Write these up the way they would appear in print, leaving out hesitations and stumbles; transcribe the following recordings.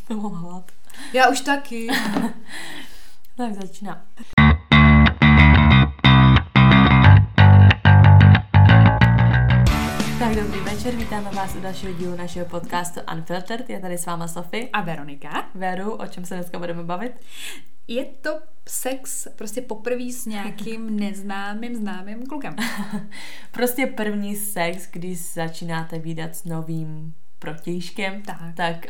To mám hlad. Já už taky. Tak začíná. Tak dobrý večer, vítáme vás u dalšího dílu našeho podcastu Unfiltered. Je tady s váma Sofie. A Veronika. Veru, o čem se dneska budeme bavit? Je to sex prostě poprvé s nějakým známým klukem. Prostě první sex, když začínáte vídat s novým protějškem, tak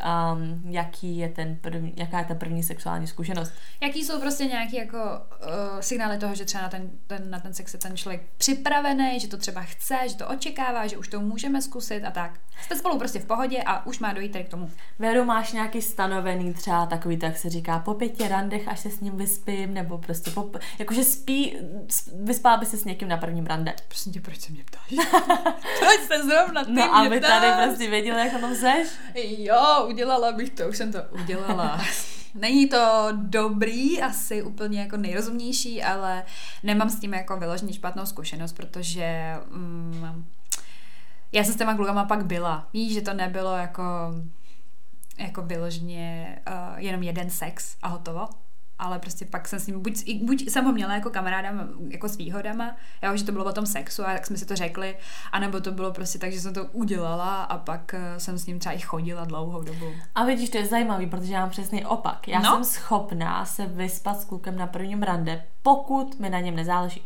jaká je ta první sexuální zkušenost? Jaký jsou prostě nějaký jako signály toho, že třeba na ten sex je ten člověk připravený, že to třeba chce, že to očekává, že už to můžeme zkusit a tak. Jste spolu prostě v pohodě a už má dojít tady k tomu. Veru, máš nějaký stanovený třeba takový, tak se říká po 5 randech, až se s ním vyspím, nebo prostě jakože vyspala by se s někým na prvním rande. Prosím tě, proč se mě ptáš? Proč se zrovna ty mě No, aby ptáš? tady prostě věděla, jak na tom seš. Jo, udělala bych to, už jsem to udělala. Není to dobrý, asi úplně jako nejrozumnější, ale nemám s tím jako vyloženě špatnou zkušenost, protože já jsem s těma klukama pak byla. Víš, že to nebylo jako vyloženě jenom jeden sex a hotovo. Ale prostě pak jsem s ním, buď jsem ho měla jako kamaráda, jako s výhodama, jo, že to bylo o tom sexu a tak jsme si to řekli, anebo to bylo prostě tak, že jsem to udělala a pak jsem s ním třeba i chodila dlouhou dobu. A vidíš, to je zajímavý, protože já mám přesný opak. Já jsem schopná se vyspat s klukem na prvním rande, pokud mi na něm nezáleží.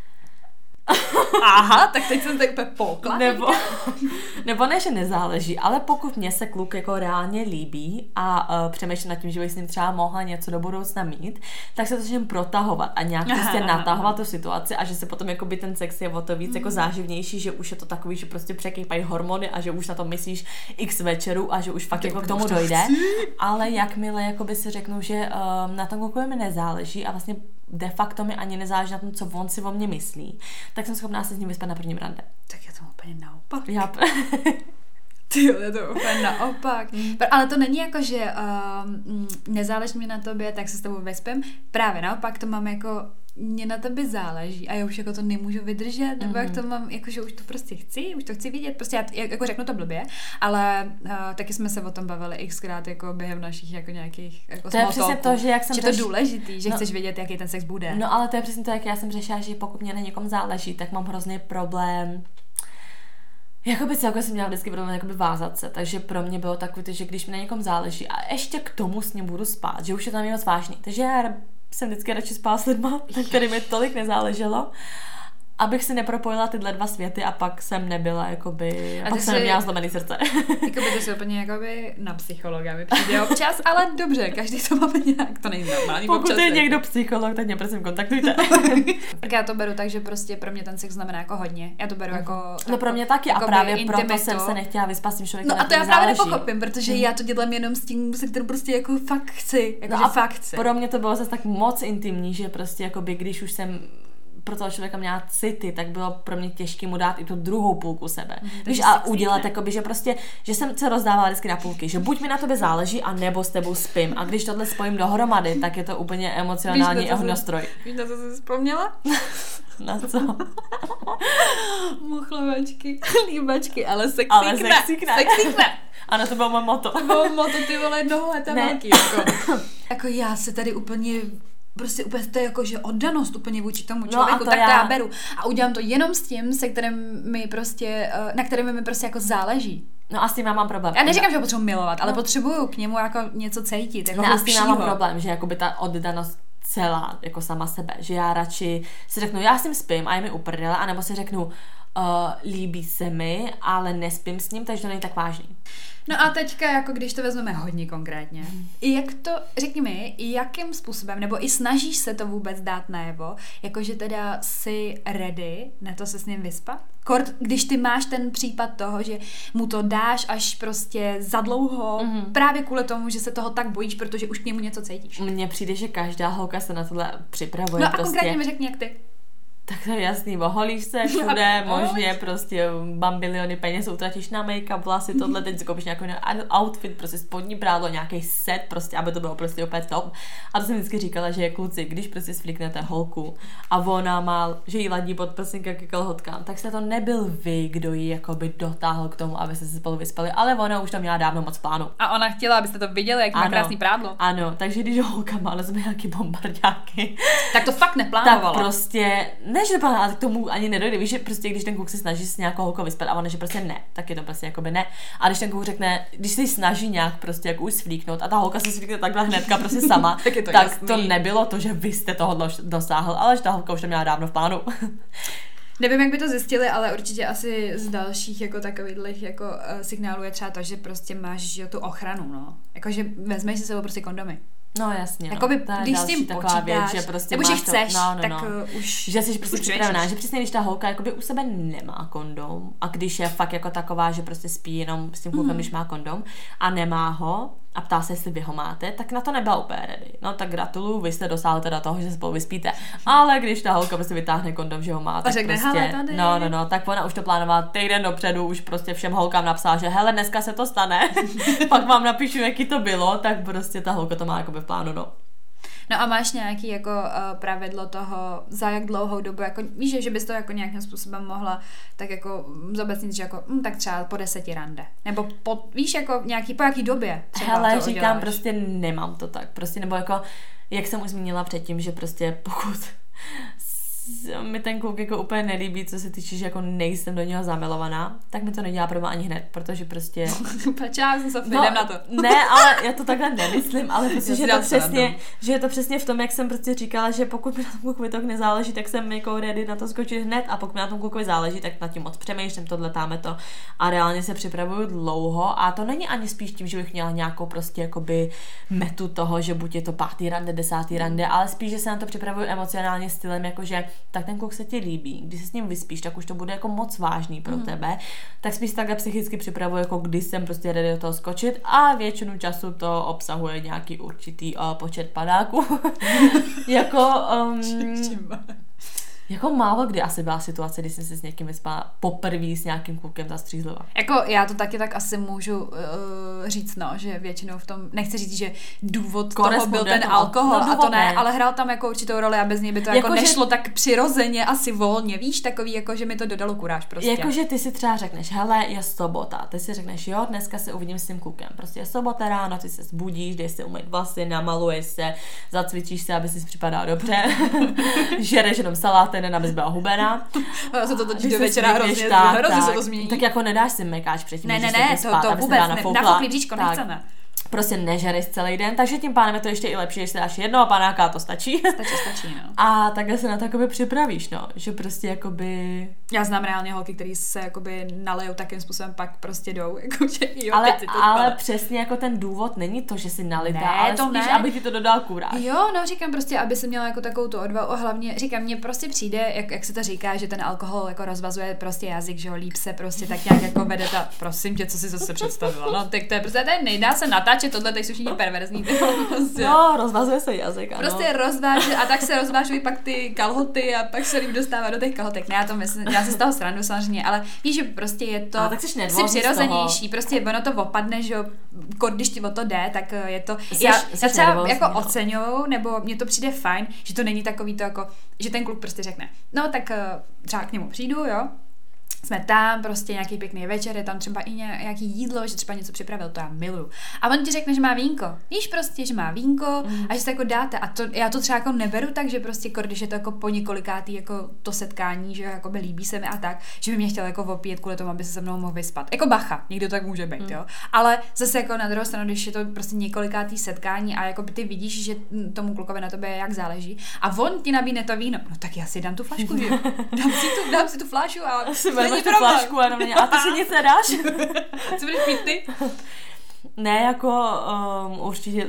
Aha, tak teď jsem tak úplně poukla. Nebo ne, že nezáleží, ale pokud mě se kluk jako reálně líbí a přemýšlím nad tím, že bych s ním třeba mohla něco do budoucna mít, tak se to začnem protahovat a nějak prostě natahovat tu situaci a že se potom jakoby ten sex je o to víc jako záživnější, že už je to takový, že prostě překýpají hormony a že už na to myslíš x večerů a že už fakt jako k tomu dojde. Ale jakmile jakoby si řeknu, že na tom klukovi mi nezáleží a vlastně de facto mi ani nezáleží na tom, co on si o mě myslí, tak jsem schopná se s ním vyspat na prvním rande. Tak je to úplně naopak. Tyjo, je to úplně naopak. Ale to není jako, že nezáleží mi na tobě, tak se s tebou vyspím. Právě naopak to mám jako, mě na tobě záleží a já už jako to nemůžu vydržet, nebo jak to mám, jako, že už to prostě chci, už to chci vidět, prostě já jako řeknu to blbě, ale taky jsme se o tom bavili xkrát jako během našich jako nějakých jako to je přesně to, že jak jsem to důležitý, že chceš vědět, jaký ten sex bude. No ale to je přesně to, jak já jsem řešila, že pokud mě na někom záleží, tak mám hrozný problém. Jakoby celkově jsem měla vždycky problém jakoby vázat se, takže pro mě bylo takový, že když mi na někom záleží a ještě k tomu s ním budu spát, že už je tam moc vážný. Takže já jsem vždycky radši spala s lidma, na kterým mi tolik nezáleželo, abych si nepropojila tyhle dva světy a pak jsem nebyla jakoby, a pak jsem neměla zlomený srdce. Jakoby to si úplně jakoby na psychologa mi přijde občas, ale dobře, každý to máme nějak, to není normální. Pokud občas je někdo psycholog, tak mě prosím kontaktujte. Tak já to beru tak, že prostě pro mě ten sex znamená jako hodně. Já to beru jako no pro mě taky a právě proto jsem se nechtěla vyspat s tím člověkem. No a to já právě nepochopím, protože já to dělám jenom s tím, se kterým prostě jako fakt chci, jako no fakt chci. Pro mě to bylo zase tak moc intimní, že prostě jakoby když už jsem pro toho člověka měla city, tak bylo pro mě těžké mu dát i tu druhou půlku sebe. Víš, a udělat jakoby, že prostě, že jsem se rozdávala vždycky na půlky, že buď mi na tobě záleží, a nebo s tebou spím. A když tohle spojím dohromady, tak je to úplně emocionální ohňostroj. Víš, na co jsi vzpomněla? Na co? Muchlavačky, líbačky, ale sexy ne. Ano, to bylo moje moto. To bylo moto, ty vole, jednoho leta velký. Jako já se tady úplně prostě úplně to je jako, že oddanost úplně vůči tomu člověku, tak já beru. A udělám to jenom s tím, se kterým mi prostě, na kterém mi prostě jako záleží. No a s tím já mám problém. Já neříkám, že ho potřebuji milovat, ale potřebuju k němu jako něco cítit. Jako a s tím já mám problém, že jakoby ta oddanost celá, jako sama sebe. Že já radši si řeknu, já s tím spím a je mi uprdele, anebo si řeknu, líbí se mi, ale nespím s ním, takže to není tak vážný. No a teďka, jako když to vezmeme hodně konkrétně, jak to, řekni mi, jakým způsobem, nebo i snažíš se to vůbec dát najevo, jakože teda jsi ready na to se s ním vyspat? Kort, když ty máš ten případ toho, že mu to dáš až prostě za dlouho, právě kvůli tomu, že se toho tak bojíš, protože už k němu něco cítíš. Mně přijde, že každá holka se na tohle připravuje. No a konkrétně mi řekni, jak ty. Tak to je jasný, oholíš se všude, možně prostě bambiliony peněz utratíš na make-up, vlasy, tohle, teď si koupíš nějaký outfit, prostě spodní prádlo, nějaký set, prostě, aby to bylo prostě opět top. A to jsem vždycky říkala, že kluci, když prostě sflíknete holku a ona má, že jí ladí podprsenka ke kalhotkám, tak se to nebyl vy, kdo ji jakoby dotáhl k tomu, aby se spolu vyspali, ale ona už tam měla dávno moc plánu. A ona chtěla, abyste to viděli, jak má krásný prádlo. Ano, takže když holka má na sobě nějaký bombardáky, tak to fakt neplánovala. Tak prostě, ne, že neplánovala, k tomu ani nedojde. Víš, že prostě když ten kluk se snaží s nějakou holkou vyspat a ona, že prostě ne, tak je to prostě jakoby ne. A když ten kluk řekne, když se snaží nějak prostě jako už svlíknout a ta holka se svlíkne takhle hnedka prostě sama, tak to nebylo to, že vy jste toho dosáhl, ale že ta holka už to měla dávno v plánu. Nevím, jak by to zjistili, ale určitě asi z dalších jako takových jako signálů je třeba to, že prostě máš, že tu ochranu, no. Jakože vezmeš si sebou prostě kondomy. No jasně, jakoby, no. Když s tím počítáš, věc, že prostě nebo že chceš, tak už že jsi prostě připravená, že přesně když ta holka jakoby u sebe nemá kondom a když je fakt jako taková, že prostě spí jenom s tím klukem, když má kondom a nemá ho a ptá se, jestli vy ho máte, tak na to nebyla úplně ready. No tak gratuluju, vy jste dosáhli teda toho, že se spolu vyspíte. Ale když ta holka prostě vytáhne kondom, že ho má, tak řekne, prostě no, tak ona už to plánovala týden dopředu, už prostě všem holkám napsala, že hele, dneska se to stane. Pak vám napíšu, jaký to bylo, tak prostě ta holka to má jakoby v plánu, no. No a máš nějaký jako pravidlo toho, za jak dlouhou dobu, jako víš, že bys to jako nějakým způsobem mohla tak jako zobecnit, že jako tak třeba po 10 rande. Nebo víš, jako nějaký, po jaký době třeba hele, to říkám, uděláš. Prostě nemám to tak, prostě nebo jako, jak jsem už zmínila předtím, že prostě pokud mi ten kluk jako úplně nelíbí, co se týče, že jako nejsem do něho zamilovaná, tak mi to nedělá problém ani hned, protože prostě... Počá, jsem se jdem na to. Ne, ale já to takhle nemyslím, ale prostě, že je to přesně v tom, jak jsem prostě říkala, že pokud mi na tom klukovi tak nezáleží, tak jsem jako ready na to skočit hned a pokud mi na tom klukovi záleží, tak nad tím moc přemýšlím, tohle táme to a reálně se připravuju dlouho a to není ani spíš tím, že bych měla nějakou prostě jakoby metu toho, že buď je to 5. rande, 10. rande, ale spíš, že se na to připravuju emocionálně stylem, jakože tak ten kluk se ti líbí, když se s ním vyspíš, tak už to bude jako moc vážný pro tebe, tak spíš takhle psychicky připravuji, jako když jsem prostě ready do toho skočit a většinu času to obsahuje nějaký určitý počet padáků. Jako málo kdy asi byla situace, kdy jsem se s někým vyspala poprvé s nějakým klukem zastřízliva. Jako já to taky tak asi můžu říct, no, že většinou v tom, nechci říct, že důvod toho byl ten alkohol a to ne, ale hrál tam jako určitou roli a bez něj by to jako nešlo tak přirozeně, asi volně, víš, takový jako, že mi to dodalo kuráž prostě. Jakože ty si třeba řekneš, hele, je sobota, ty si řekneš, jo, dneska se uvidím s tím klukem, prostě je sobota ráno, ty se zbudíš, jdeš si umýt vlasy, namaluješ se, zacvičíš se, aby si připadala dobře, žereš jenom saláty, abys byla hubená. Já se to totiž do večera hrozně se to změní. Tak jako nedáš si mekáč předtím, ne, to vůbec ne, nafoukli bříško nechceme. Prostě nežereš celý den, takže tím pádem je to ještě i lepší, když si dáš jednoho panáka a to stačí. Stačí, no. A takhle se na to jakoby připravíš, no, že prostě jakoby... Já znám reálně holky, který se jakoby nalejou takým způsobem, pak prostě jdou, jakože jo, ale přesně jako ten důvod není to, že si nalitá, ale to spíš, aby ti to dodal kuráž. Jo, no říkám prostě, aby si měla jako takovou tu odvahu a hlavně říkám, mně prostě přijde, jak se to říká, že ten alkohol jako rozvazuje prostě jazyk, že ho líp se prostě tak nějak jako vede ta, prosím tě, co si zase představila, no, tak to je prostě, nejdá se natáčet tohle, teď jsou všichni perverzní. Prostě. No, rozvazuje se jazyk, ano. Prostě rozvážuje a tak se rozvážují pak ty kalhoty a pak se líp dostává do těch kalhotek. Ne, já to myslím, já se z toho srandu samozřejmě, ale víš, že prostě je to si přirozenější, prostě ono to opadne, že jo, když ti o to jde, tak je to, já třeba jako oceňuju, nebo mně to přijde fajn, že to není takový to jako, že ten kluk prostě řekne, no tak třeba k němu přijdu, jo, jsme tam, prostě nějaký pěkný večer, je tam třeba i nějaký jídlo, že třeba něco připravil, to já miluju. A on ti řekne, že má vínko. Víš prostě, že má vínko a že se jako dáte. A to, já to třeba jako neberu tak, že prostě, když je to jako po několikátý jako to setkání, že jako by líbí se mi a tak, že by mě chtěl jako opít kvůli tomu, aby se se mnou mohl vyspat. Jako bacha, někdo tak může být, jo. Ale zase jako na druhou stranu, když je to prostě několikátý setkání a jako by ty vidíš, že tomu klukovi na tobě jak záleží a on ti nabídne to víno, no tak já si dám tu flašku, že? Dám si tu flašu a máš tu flašku a ty si nic nedáš? Co budeš pít ty? Ne, jako určitě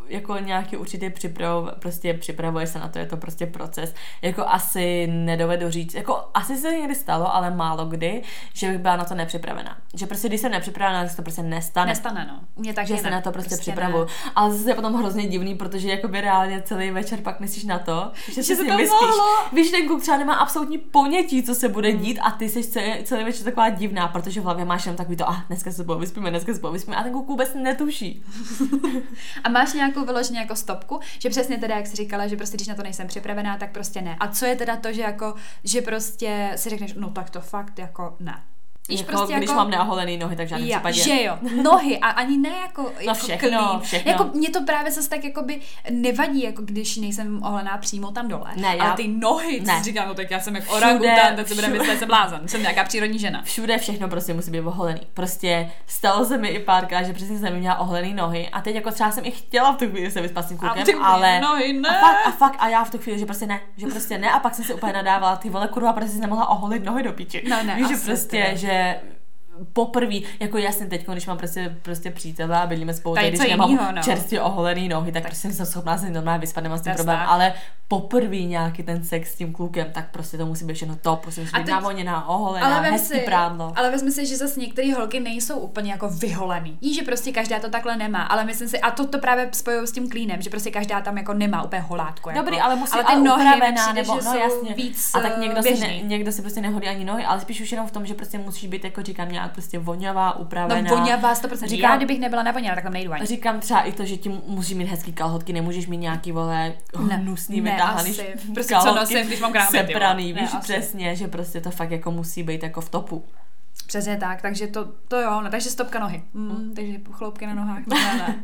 jako nějaký určitý připravuje se na to, je to prostě proces. Jako asi nedovedu říct, jako asi se někdy stalo, ale málo kdy, že bych byla na to nepřipravená. Že prostě když jsem nepřipravená, tak se to prostě nestane. Nestane, no. Mě tak že se na to prostě připravuju. Ale zase je potom hrozně divný, protože jakoby reálně celý večer pak myslíš na to, že se s ním vyspíš. Víš, ten kluk třeba nemá absolutní ponětí, co se bude dít a ty jsi celý večer taková divná, protože v hlavě máš jenom takový to, dneska se povyspíme a ten kluk vůbec netuší. A máš nějakou vyloženě jako stopku, že přesně teda, jak jsi říkala, že prostě když na to nejsem připravená, tak prostě ne. A co je teda to, že jako, že prostě si řekneš, no tak to fakt jako ne. Jako, prostě když mám neoholený nohy, tak v žádném případě. Že jo, nohy a ani ne jako všechno. Jako mě to právě zase tak jakoby nevadí, jako když nejsem oholená přímo tam dole. Ne, ale ty nohy, co si říkám, no tak já jsem jako orangután, tak si bude myslet, jsem blázen, jsem nějaká přírodní žena. Všude všechno prostě musí být oholený. Prostě stalo se mi i párkrát, že přesně jsem měla oholený nohy a teď jako třeba jsem i chtěla v tu chvíli se vyspat s tím klukem, ale nohy, ne. A já v tu chvíli, že prostě ne a pak jsem si úplně nadávala, ty vole kurva, prostě nemohla oholit nohy do piči. No ne, víš, že prostě, že poprvé, jako jasně teď, když mám prostě přítele a bydlíme spolu, tak když nemám čerstvě oholený nohy, tak prostě jsem schopná se normálně vyspat, nemám s tím problém, ale poprvé nějaký ten sex s tím klukem, tak prostě to musí být všechno top, prostě musí být navoněná, oholená, hezký prádlo. Ale vezmi si, že zase některé holky nejsou úplně jako vyholený. Ví, že prostě každá to takhle nemá, ale myslím si, a to právě spojuju s tím klínem, že prostě každá tam jako nemá úplně holátku. Jako. Dobrý, ale musí ale ty nohy upravená, nebo no jasně. Víc a tak někdo si prostě nehodí ani nohy, ale spíš už jenom v tom, že prostě musí být jako říkám nějak prostě voňavá, upravená. No voňavá 100%. Říkám, já kdybych nebyla navoněná, tak tam nejdu ani. Říkám třeba i to, že ti musí mít hezký kalhotky, nemůžeš mít nějaký vole hnusný vytáhaný prostě co nosím, když mám krámy, sepraný, víš přesně, že prostě to fakt jako musí být jako v topu. Přesně tak, takže to jo, no, takže stopka nohy. Takže chloupky na nohách, ne.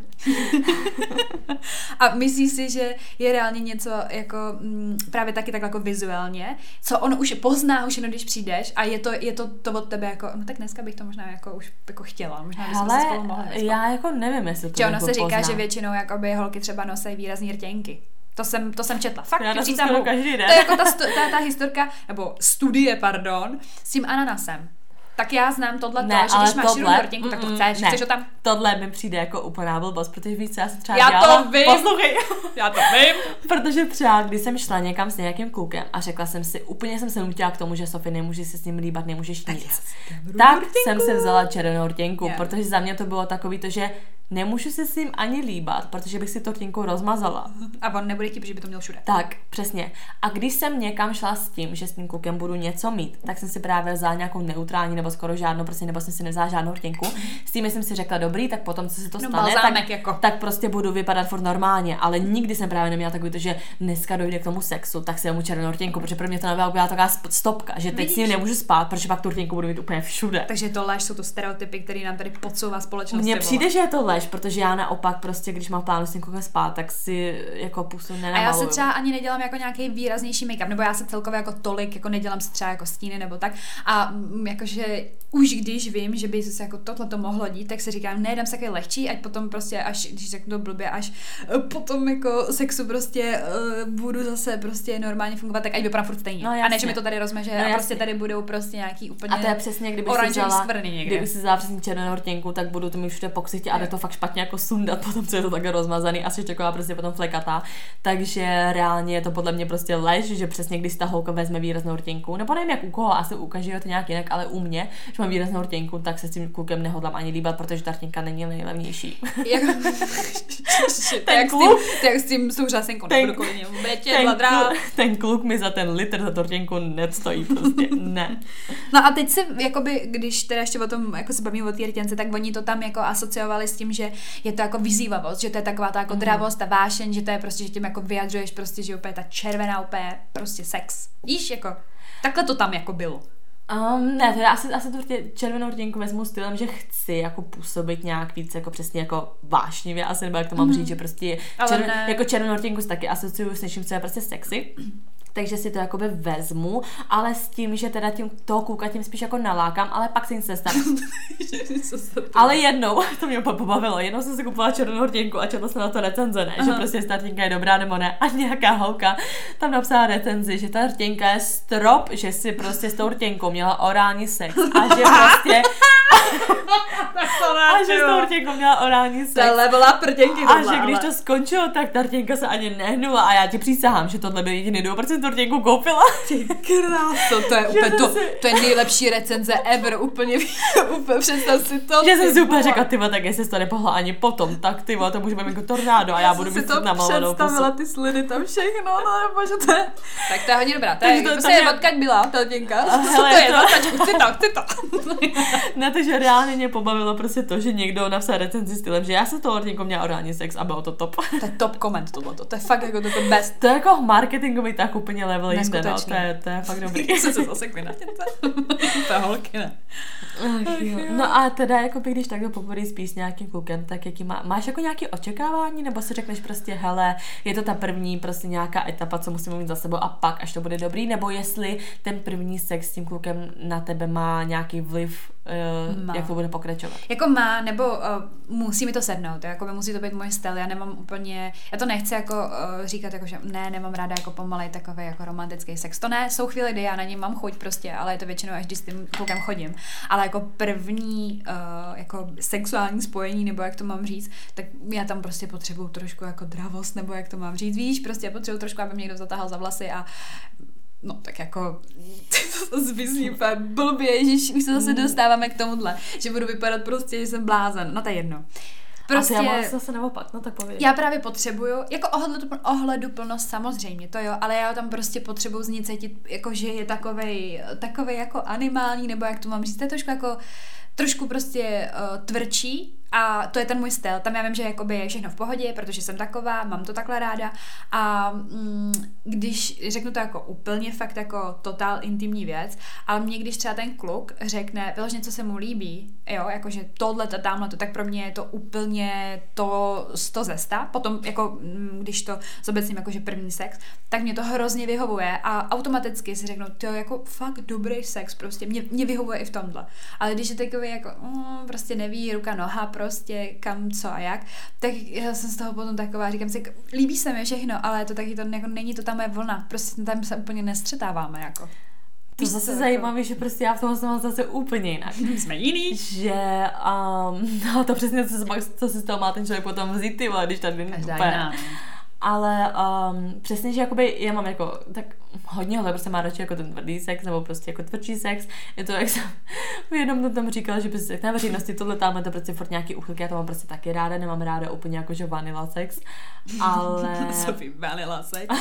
A myslíš si, že je reálně něco jako právě taky tak jako vizuálně, co on už pozná, už jenom když přijdeš a je to od tebe jako, no tak dneska bych to možná jako už jako chtěla, možná bychom se spolu mohli vyspat. Já jako nevím, jestli to ono se říká, pozná. Že většinou jakoby holky třeba nosí výrazný rtěnky. To jsem četla. Fakt, já to každý den. To je jako ta historka, nebo studie, pardon, s tím ananasem. Tak já znám tohle, že když máš širokou rtěnku, tak to chceš. Chceš ho tam? Tohle mi přijde jako úplná blbost, protože víc já se třeba dělala. To vím. Poslouchej. Já to vím. Protože třeba, když jsem šla někam s nějakým klukem a řekla jsem si, úplně jsem se nutila k tomu, že Sofie, nemůžeš se s ním líbat, nemůžeš nic. Tak jsem si vzala červenou rtěnku, protože za mě to bylo takový to, že nemůžu se s ním ani líbat, protože bych si to rtěnkou rozmazala. A on nebude chtít, protože by to měl všude. Tak, přesně. A když jsem někam šla s tím, že s tím klukem budu něco mít, tak jsem si právě vzala nějakou neutrální nebo skoro žádnou, prostě nebo jsem si nevzala žádnou rtěnku. S tím jsem si řekla, dobrý, tak potom, co se to stane, tak prostě budu vypadat furt normálně, ale nikdy jsem právě neměla takový to, že dneska dojde k tomu sexu, tak si dám červenou rtěnku, protože pro mě to nebyla taková stopka, že teď s ním nemůžu spát, protože pak tu rtěnku budu mít úplně všude. Takže to lež, jsou to stereotypy, které nám tady podsouvá společnost. Mně přijde, že je to lež, protože já naopak prostě, když mám plánu s tím klukem spát, tak si jako pusu nenamaluju. A já se třeba ani nedělám jako nějaký výraznější make-up, nebo já se celkově jako tolik, jako nedělám si třeba jako stíny nebo tak. A jakože už když vím, že by se jako tohle to mohlo dít, tak si říkám, ne, dám se takový lehčí, ať potom prostě, až, když řeknu to blbě, až potom jako sexu prostě budu zase prostě normálně fungovat, tak ať vypadám furt stejně. No, a ne, že mi to tady rozmeže a prostě tady budou prostě nějaký úplně a to je přesně, kdyby si vzala přesně červenou rtěnku, tak budu to mít všude po ksichtě a jde to fakt špatně jako sundat, potom co je to takhle rozmazaný a jsi taková prostě potom flekatá. Takže reálně je to podle mě prostě lež, že přesně když ta holka vezme výraznou rtěnku, nebo nevím jak u koho, asi u každého to nějak jinak, ale u mě, když mám výraznou rtěnku, tak se s tím klukem nehodlám ani líbat, protože ta rtěnka není nejlevnější. Tak s tím souřasenkou nebudu kolíně. Ten kluk mi za ten litr za tu rtěnku nestojí prostě, ne. No a teď si, jakoby, když teda ještě o tom jako se bavím o té rtěnce, tak oni to tam jako asociovali s tím, že je to jako vyzývavost, že to je taková ta jako dravost, ta vášeň, že to je prostě, že tím jako vyjadřuješ prostě, že úplně ta červená úplně prostě sex. Víš, jako takhle to tam jako bylo. Ne, teda asi tu červenou rtěnku vezmu stylem, že chci jako působit nějak víc jako přesně jako vášnivě, asi nebo jak to mám říct, že prostě jako červenou rtěnku taky asociuju s něčím, co je prostě sexy. Takže si to jakoby vezmu, ale s tím, že teda toho kluka tím spíš jako nalákám, ale pak se nic nestane. Ale jednou, to mě pobavilo, jednou jsem si kupovala červenou rtěnku a četla jsem na to recenze, ne? Že prostě ta rtěnka je dobrá nebo ne. A nějaká holka tam napsala recenzi, že ta rtěnka je strop, že si prostě s tou rtěnkou měla orální sex a že prostě Tak to ne, a že s tou rtěnkou měla orální sex. Tohle byla prděnky a že když to skončilo, tak ta rtěnka se ani nehnula a já ti přísahám, že tohle byl jediný důvod, proč jsem tu rtěnku koupila. Ty kráso, to je úplně to je nejlepší recenze ever, úplně představ si to. Že jsem si úplně řekla, tyva, tak jestli jsi to nepohla ani potom, tak tyva, to může být jako tornádo a já budu mít na malou představila ty sliny tam všechno, no bože, to je. Tak to je hodně dobrá, to je odkaď byla ta rtěnka. Co to je, chci to. Ne, takže reálně mě pobavilo prostě to, že někdo napsal recenzi stylem, že já jsem toho rtěnkou měla orální sex a bylo to top. To je top koment tohleto, to je fakt jako to best. To je jako marketingový tak úplně level jinde, no, to je fakt dobrý. Co se zase na těmce? To je holky, ne? No a teda, jako když takto popovídáš spíš s nějakým klukem, tak jaký máš jako nějaké očekávání, nebo si řekneš prostě, hele, je to ta první prostě nějaká etapa, co musíme mít za sebou a pak, až to bude dobrý, nebo jestli ten první sex s tím klukem na tebe má nějaký vliv, jak to bude pokračovat. Jako má, nebo musí mi to sednout, jako musí to být můj styl, já nemám úplně, já to nechci jako říkat, jako, že ne, nemám ráda jako pomalej takový jako romantický sex, to ne, jsou chvíle, kdy já na něj mám chuť prostě, ale je to většinou, až když s tím klukem chodím, ale jako první jako sexuální spojení, nebo jak to mám říct, tak já tam prostě potřebuju trošku jako dravost, nebo jak to mám říct, víš, prostě potřebuju trošku, aby mě někdo zatáhl za vlasy a no tak jako to zvyzní blbě, ježiš, už se zase dostáváme k tomuhle, že budu vypadat prostě, že jsem blázen, no to je jedno. Prostě, a já mám zase naopak, no tak povědět. Já právě potřebuju, jako ohleduplnost samozřejmě, to jo, ale já tam prostě potřebuju z ní cítit, jako že je takovej jako animální, nebo jak to mám říct, to je trošku prostě tvrdší a to je ten můj styl. Tam já vím, že jakoby je všechno v pohodě, protože jsem taková, mám to takhle ráda a když řeknu to jako úplně fakt jako totál intimní věc, ale mě když třeba ten kluk řekne vyloženě, co se mu líbí, jo, jakože tohleto, tamhleto, tak pro mě je to úplně to 100 ze 100. Potom jako když to zobecním jakože první sex, tak mě to hrozně vyhovuje a automaticky si řeknu, to je jako fakt dobrý sex, prostě mě vyhovuje i v tomhle. Ale když je takový jako prostě neví ruka, noha, prostě kam, co a jak, tak já jsem z toho potom taková, říkám si, líbí se mi všechno, ale to taky to jako není to ta moje vlna, prostě tam se úplně nestřetáváme, jako. To zase zajímavé, že prostě já v tom jsem zase úplně jinak. Jsme jiný. Že, no to přesně, co si z toho má ten člověk potom vzít, ty vole, když tady úplně. Ale přesně, že jakoby já mám jako tak hodně holek prostě má radši jako ten tvrdý sex nebo prostě jako tvrdší sex. Je to, jak jsem jenom tam říkala, že prostě na veřejnosti tohle tam to prostě furt nějaký uchylky, já to mám prostě taky ráda, nemám ráda úplně jako že vanilla sex, ale Sophie, vanilla sex.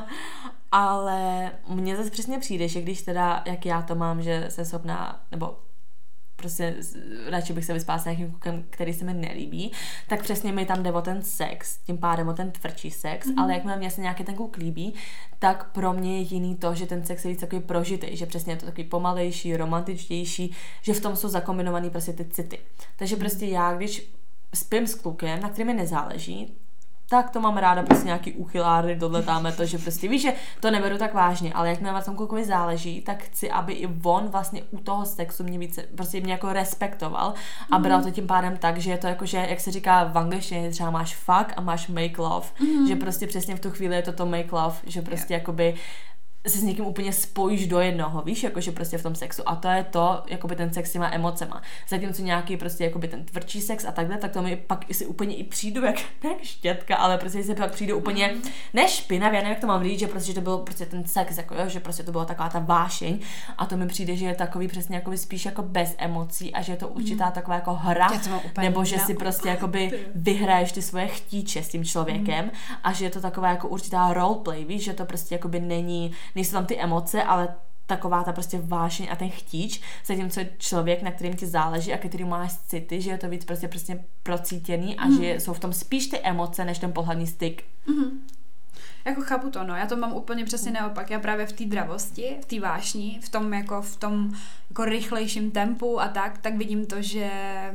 Ale mně zase přesně přijde, že když teda, jak já to mám, že jsem schopná, nebo prostě radši bych se vyspala s nějakým klukem, který se mi nelíbí, tak přesně mi tam jde o ten sex, tím pádem o ten tvrdší sex, ale jakmile mě se nějaký ten kluk líbí, tak pro mě je jiný to, že ten sex je víc takový prožitej, že přesně je to takový pomalejší, romantičtější, že v tom jsou zakombinovaný prostě ty city. Takže prostě já, když spím s klukem, na kterým mi nezáleží, tak to mám ráda, prostě nějaký úchylárny, tohle táme to, že prostě víš, že to neberu tak vážně, ale jak mi na tom klukovi záleží, tak chci, aby i on vlastně u toho sexu mě více, prostě mě jako respektoval a bral to tím pádem tak, že je to jako, že jak se říká v angličtině, třeba máš fuck a máš make love, že prostě přesně v tu chvíli je to make love, že prostě jakoby se s někým úplně spojíš do jednoho, víš, jakože prostě v tom sexu a to je to, jakoby ten sex s těma emocema. Zatímco nějaký prostě jakoby ten tvrdší sex a takhle, tak to mi pak si úplně i přijdu jak štětka, ale prostě si pak přijdu úplně nešpinavě, já nevím, jak to mám říct, že prostě to byl prostě ten sex, jako jo, že prostě to byla taková ta vášeň a to mi přijde, že je takový přesně jakoby spíš jako bez emocí a že je to určitá taková jako hra, nebo že si prostě jakoby vyhraješ ty svoje chtíče s tím člověkem a že je to taková jako určitá roleplay, víš, že to prostě jakoby nejsou tam ty emoce, ale taková ta prostě vášeň a ten chtíč, zatímco člověk, na kterým ti záleží a který máš city, že je to víc prostě procítěný a že jsou v tom spíš ty emoce, než ten pohlavní styk. Jako chápu to, no, já to mám úplně přesně naopak, já právě v té dravosti, v té vášni, v tom jako rychlejším tempu a tak vidím to, že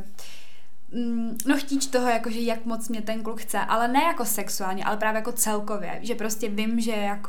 no chtíč toho, jakože jak moc mě ten kluk chce, ale ne jako sexuálně, ale právě jako celkově, že prostě vím, že jako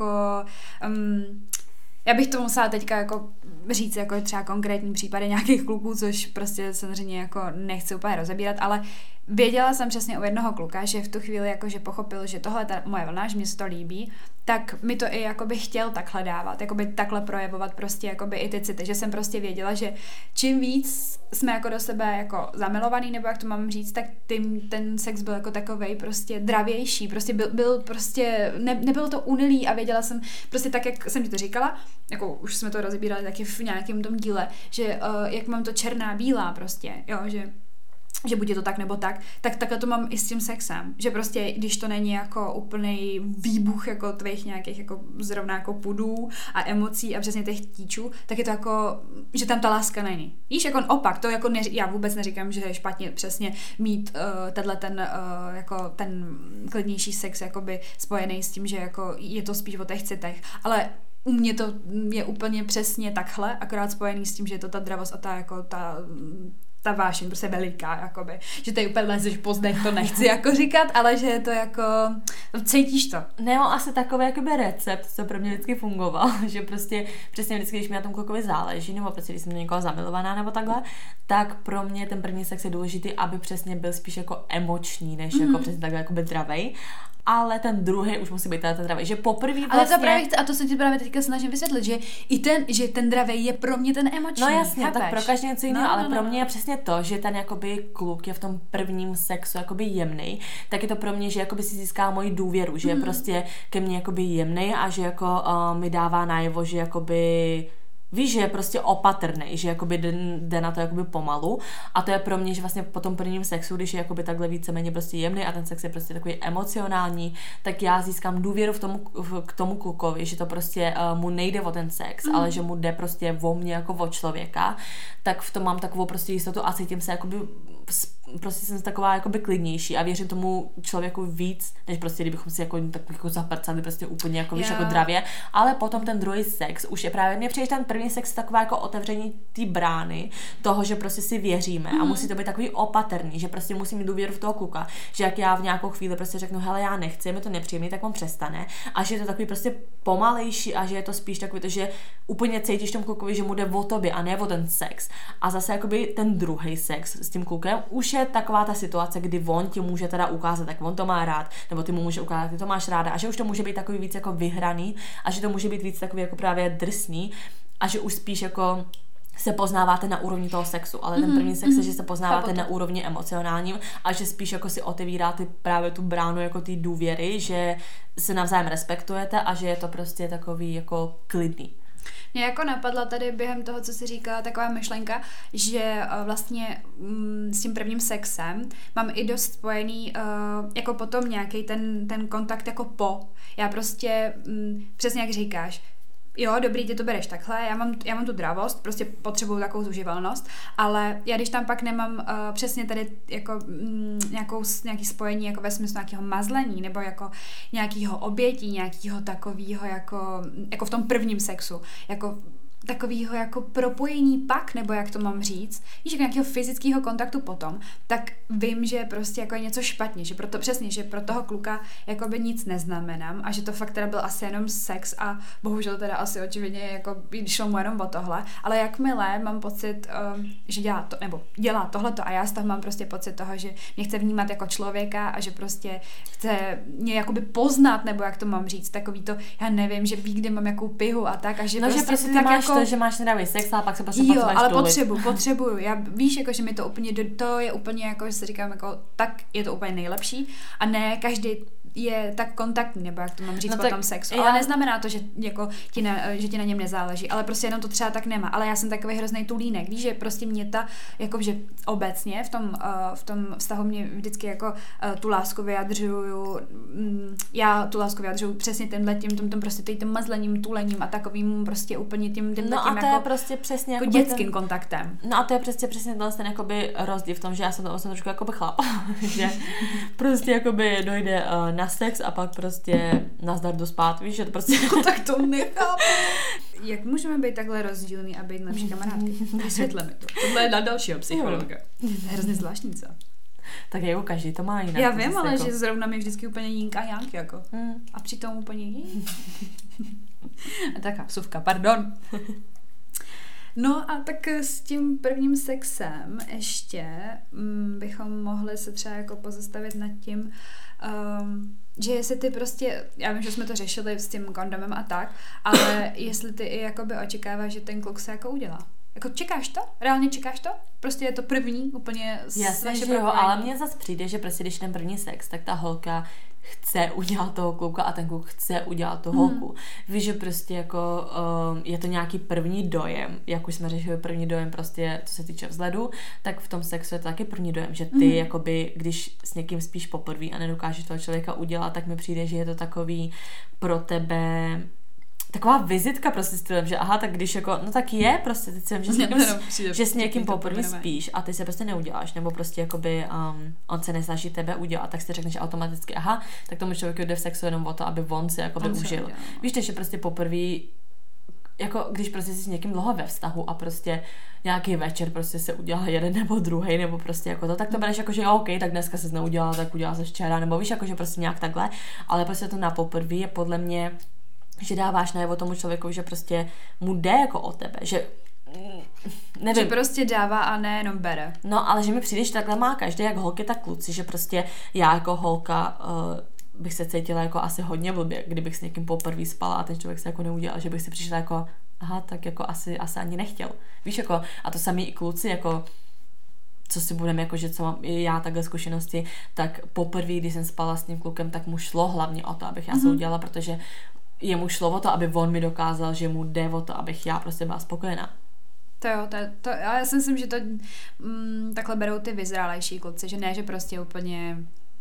já bych to musela teďka jako říct jako třeba konkrétní případy nějakých kluků, což prostě samozřejmě jako nechci úplně rozebírat, ale věděla jsem přesně u jednoho kluka, že v tu chvíli jakože pochopil, že tohle je ta moje vlna, že mě se to líbí, tak mi to i jakoby chtěl takhle dávat, jakoby takhle projevovat prostě jakoby i ty city, že jsem prostě věděla, že čím víc jsme jako do sebe jako zamilovaný, nebo jak to mám říct, tak tím ten sex byl jako takovej prostě dravější, prostě byl prostě, nebylo to unilý a věděla jsem prostě tak, jak jsem ti to říkala, jako už jsme to rozbírali taky v nějakém tom díle, že jak mám to černá bílá prostě, jo, že buď je to tak nebo tak takhle to mám i s tím sexem, že prostě, když to není jako úplný výbuch jako tvých nějakých jako zrovna jako pudů a emocí a přesně těch chtíčů, tak je to jako, že tam ta láska není. Víš, jako opak, to jako já vůbec neříkám, že je špatně přesně mít jako ten klidnější sex jakoby spojený s tím, že jako je to spíš o těch citech, ale u mě to je úplně přesně takhle, akorát spojený s tím, že je to ta dravost a ta vášeň prostě veliká, jakoby. Že tady úplně lezeš po zdech, to nechci jako říkat, ale že je to jako, cítíš to. Nemám asi takový jakoby recept, co pro mě vždycky fungoval, že prostě přesně vždycky, když mi na tom klukovi záleží, nebo prostě když jsem do někoho zamilovaná nebo takhle, tak pro mě ten první sex je důležitý, aby přesně byl spíš jako emoční, než jako přesně takhle jakoby dravej. Ale ten druhý už musí být ten dravej, že poprvé vlastně... Ale to právě, a to se ti právě teďka snažím vysvětlit, že ten dravej je pro mě ten emoční. No jasně, chápeš? Tak pro každý něco jiného, ale pro mě je přesně přesně to, že ten jakoby kluk je v tom prvním sexu jakoby jemnej, tak je to pro mě, že jakoby si získá moji důvěru, že je prostě ke mně jakoby jemnej a že jako mi dává najevo, že jakoby víš, že je prostě opatrnej, že jakoby jde na to jakoby pomalu a to je pro mě, že vlastně po tom prvním sexu, když je jakoby takhle víceméně prostě jemný a ten sex je prostě takový emocionální, tak já získám důvěru k tomu klukovi, že to prostě mu nejde o ten sex, ale že mu jde prostě o mě jako o člověka, tak v tom mám takovou prostě jistotu a cítím se jakoby prostě jsem taková jakoby klidnější a věřím tomu člověku víc, než prostě kdybychom si jako tak jako zaprcali prostě úplně jako víš, jako dravě, ale potom ten druhý sex už je právě, mně přijde ten první sex taková jako otevření té brány toho, že prostě si věříme a musí to být takový opatrný, že prostě musím mít důvěru v toho kluka, že jak já v nějakou chvíli prostě řeknu, hele, já nechci, mi to nepříjemný, tak on přestane a že je to takový prostě pomalejší a že je to spíš takový to, že úplně cítíš tomu klukovi, že mu jde o tobě a ne o ten sex. A zase jakoby ten druhý sex s tím klukem už je taková ta situace, kdy on ti může teda ukázat, jak on to má rád, nebo ty mu může ukázat, ty to máš ráda a že už to může být takový víc jako vyhraný a že to může být víc takový jako právě drsný a že už spíš jako se poznáváte na úrovni toho sexu, ale ten první sex je, že se poznáváte na úrovni emocionálním a že spíš jako si otevíráte právě tu bránu jako ty důvěry, že se navzájem respektujete a že je to prostě takový jako klidný. Mě jako napadla tady během toho, co jsi říkala, taková myšlenka, že vlastně s tím prvním sexem mám i dost spojený jako potom nějaký ten kontakt jako po. Já prostě, přesně jak říkáš, jo, dobrý, ty to bereš takhle, já mám tu dravost, prostě potřebuju takovou zuživelnost, ale já když tam pak nemám přesně tady jako nějaký spojení jako ve smyslu nějakého mazlení nebo jako nějakého obětí, nějakého takového jako v tom prvním sexu, jako takového jako propojení pak, nebo jak to mám říct, víš, jako nějakého fyzického kontaktu potom, tak vím, že prostě jako je něco špatně, že proto přesně, že pro toho kluka jako by nic neznamenám a že to fakt teda byl asi jenom sex a bohužel teda asi očividně jako šlo mu jenom o tohle, ale jakmile mám pocit, že dělá tohleto a já z toho mám prostě pocit toho, že mě chce vnímat jako člověka a že prostě chce mě jakoby poznat, nebo jak to mám říct, takový to, já nevím, že ví, kde mám jakou pihu a tak a že prostě tak máš to, že máš nedávý sex a pak se prostě jo, ale potřebuju. Já víš, jako, že mi to je úplně jako, že si říkám, jako, tak je to úplně nejlepší a ne každý je tak kontaktní, nebo jak to mám říct po tom sexu. Ale neznamená to, že, jako, že ti na něm nezáleží, ale prostě jenom to třeba tak nemá. Ale já jsem takový hrozný tulínek, víš, že prostě mě jako, že obecně v tom vztahu mě vždycky jako tu lásku vyjadřuju, já tu lásku vyjadřuju přesně tím prostě tím mazlením, tulením a takovým prostě úplně tím no a to jako, je prostě přesně jako dětským kontaktem. No a to je přesně ten jakoby rozdíl v tom, že já jsem trošku jakoby chlap, že prostě jakoby dojde na sex a pak prostě nazdar do spát, víš, že to prostě... No tak to nechápu. Jak můžeme být takhle rozdílný a být lepší kamarádky? Vysvětle mi to. Tohle je na dalšího psychologa. Hrozně zvláštní, co? Tak jako každý to má jinak. Já vím, ale jako... že zrovna mi vždycky úplně jínka a jánk, jako. A přitom úplně taká vsuvka, pardon. No a tak s tím prvním sexem ještě bychom mohli se třeba jako pozastavit nad tím, že jestli ty prostě, já vím, že jsme to řešili s tím kondomem a tak, ale jestli ty i jakoby očekáváš, že ten kluk se jako udělá. Jako čekáš to? Reálně čekáš to? Prostě je to první úplně Jasně, že jo, ale mně zase přijde, že prostě když ten první sex, tak ta holka chce udělat toho kluka a ten kluk chce udělat tu holku. Víš, že prostě jako je to nějaký první dojem, jak už jsme řešili první dojem prostě, co se týče vzhledu, tak v tom sexu je to taky první dojem, že ty jakoby, když s někým spíš poprvé a nedokážeš toho člověka udělat, tak mi přijde, že je to takový pro tebe taková vizitka prostě stylem, že aha, tak když jako, no tak je prostě, teď jsem, že s někým poprvé spíš a ty se prostě neuděláš, nebo prostě jakoby on se nesnaží tebe udělat, tak si řekneš automaticky, aha, tak tomu člověku jde v sexu jenom o to, aby on si jakoby užil. Víš, že prostě poprvé, jako když prostě jsi s někým dlouho ve vztahu a prostě nějaký večer prostě se udělá jeden nebo druhý, nebo prostě jako to, tak to bereš jako, že jo, OK, tak dneska se neudělala, tak udělala se včera, nebo víš, jako, že prostě nějak takhle, ale prostě to na poprvé je podle mě, že dáváš najevo tomu člověku, že prostě mu jde jako o tebe, že nevím. Že prostě dává a ne jenom bere. No, ale že mi přijde, že takhle má každý, jak holky, tak kluci, že prostě já jako holka bych se cítila jako asi hodně blbě, kdybych s někým poprvé spala a ten člověk se jako neudělal, že bych si přišla jako, aha, tak jako asi ani nechtěl. Víš, jako, a to samý i kluci, jako co si budeme, jako, že co mám i já takhle zkušenosti, tak poprvé, když jsem spala s tím klukem, tak mu šlo hlavně o to, abych já se udělala, protože jemu šlo o to, aby on mi dokázal, že mu jde o to, abych já prostě byla spokojená. To jo, já si myslím, že to takhle berou ty vyzrálejší kluci, že ne, že prostě úplně...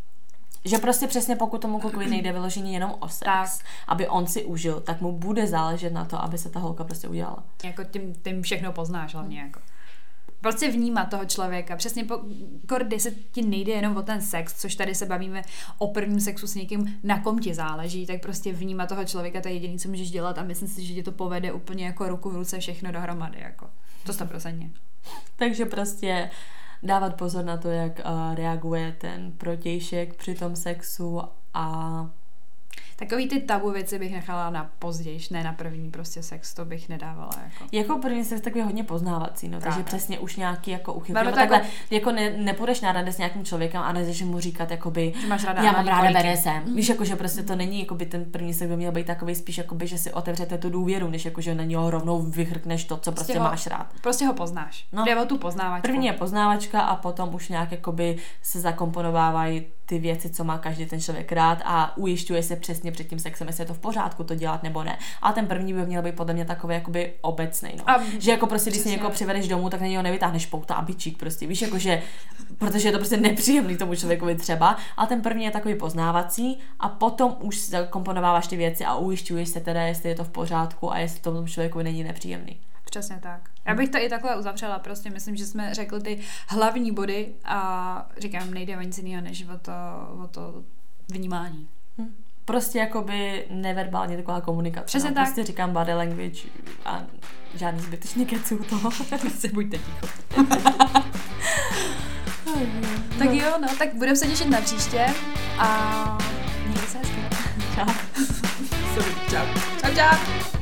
Že prostě přesně pokud tomu klukovi nejde vyložení jenom o sex, tak, aby on si užil, tak mu bude záležet na to, aby se ta holka prostě udělala. Jako tím všechno poznáš hlavně, jako. Prostě vnímat toho člověka. Přesně když se ti nejde jenom o ten sex, což tady se bavíme o prvním sexu s někým, na kom ti záleží, tak prostě vnímat toho člověka, to je jediné, co můžeš dělat a myslím si, že tě to povede úplně jako ruku v ruce všechno dohromady. Jako. To 100%. Takže prostě dávat pozor na to, jak reaguje ten protějšek při tom sexu a... Takový ty tabu věci bych nechala na později, ne na první prostě sex, to bych nedávala. Jako první sex takový hodně poznávací, no, takže přesně už nějaký jako uchytí. Takhle, jako nepůjdeš na rande s nějakým člověkem a nejdeš mu říkat, jakoby, že máš ráda, já mám ráda BDSM. Víš, jako, že prostě to není, jakoby ten první sex by měl být takový spíš, jakoby, že si otevřete tu důvěru, než jako, že na něho rovnou vychrkneš to, co prostě máš rád. Prostě ho poznáš. No. Jde o tu poznávačku. První je poznávačka a potom už nějak jakoby se zakomponovávají ty věci, co má každý ten člověk rád a ujišťuje se přesně před tím sexem, jestli je to v pořádku to dělat nebo ne. A ten první by měl být podle mě takový jakoby obecný, no. Že jako prostě když si někoho přivedeš domů, tak na něho nevytáhneš pouta a bičík prostě. Víš, jakože protože je to prostě nepříjemný tomu člověkovi třeba, a ten první je takový poznávací a potom už zakomponováváš ty věci a ujišťuješ se teda, jestli je to v pořádku a jestli tomu člověku není nepříjemný. Přesně tak. Já bych to i takhle uzavřela, prostě myslím, že jsme řekli ty hlavní body a říkám, nejde o nic jiného, než o to vnímání. Prostě jakoby neverbálně taková komunikace. Přesně tak. Prostě říkám body language a žádný zbytečný keci u toho. Si buďte ticho. Tak jo, no, tak budeme se těšit na příště a mějte se hezky. Čau. Čau. Čau, čau.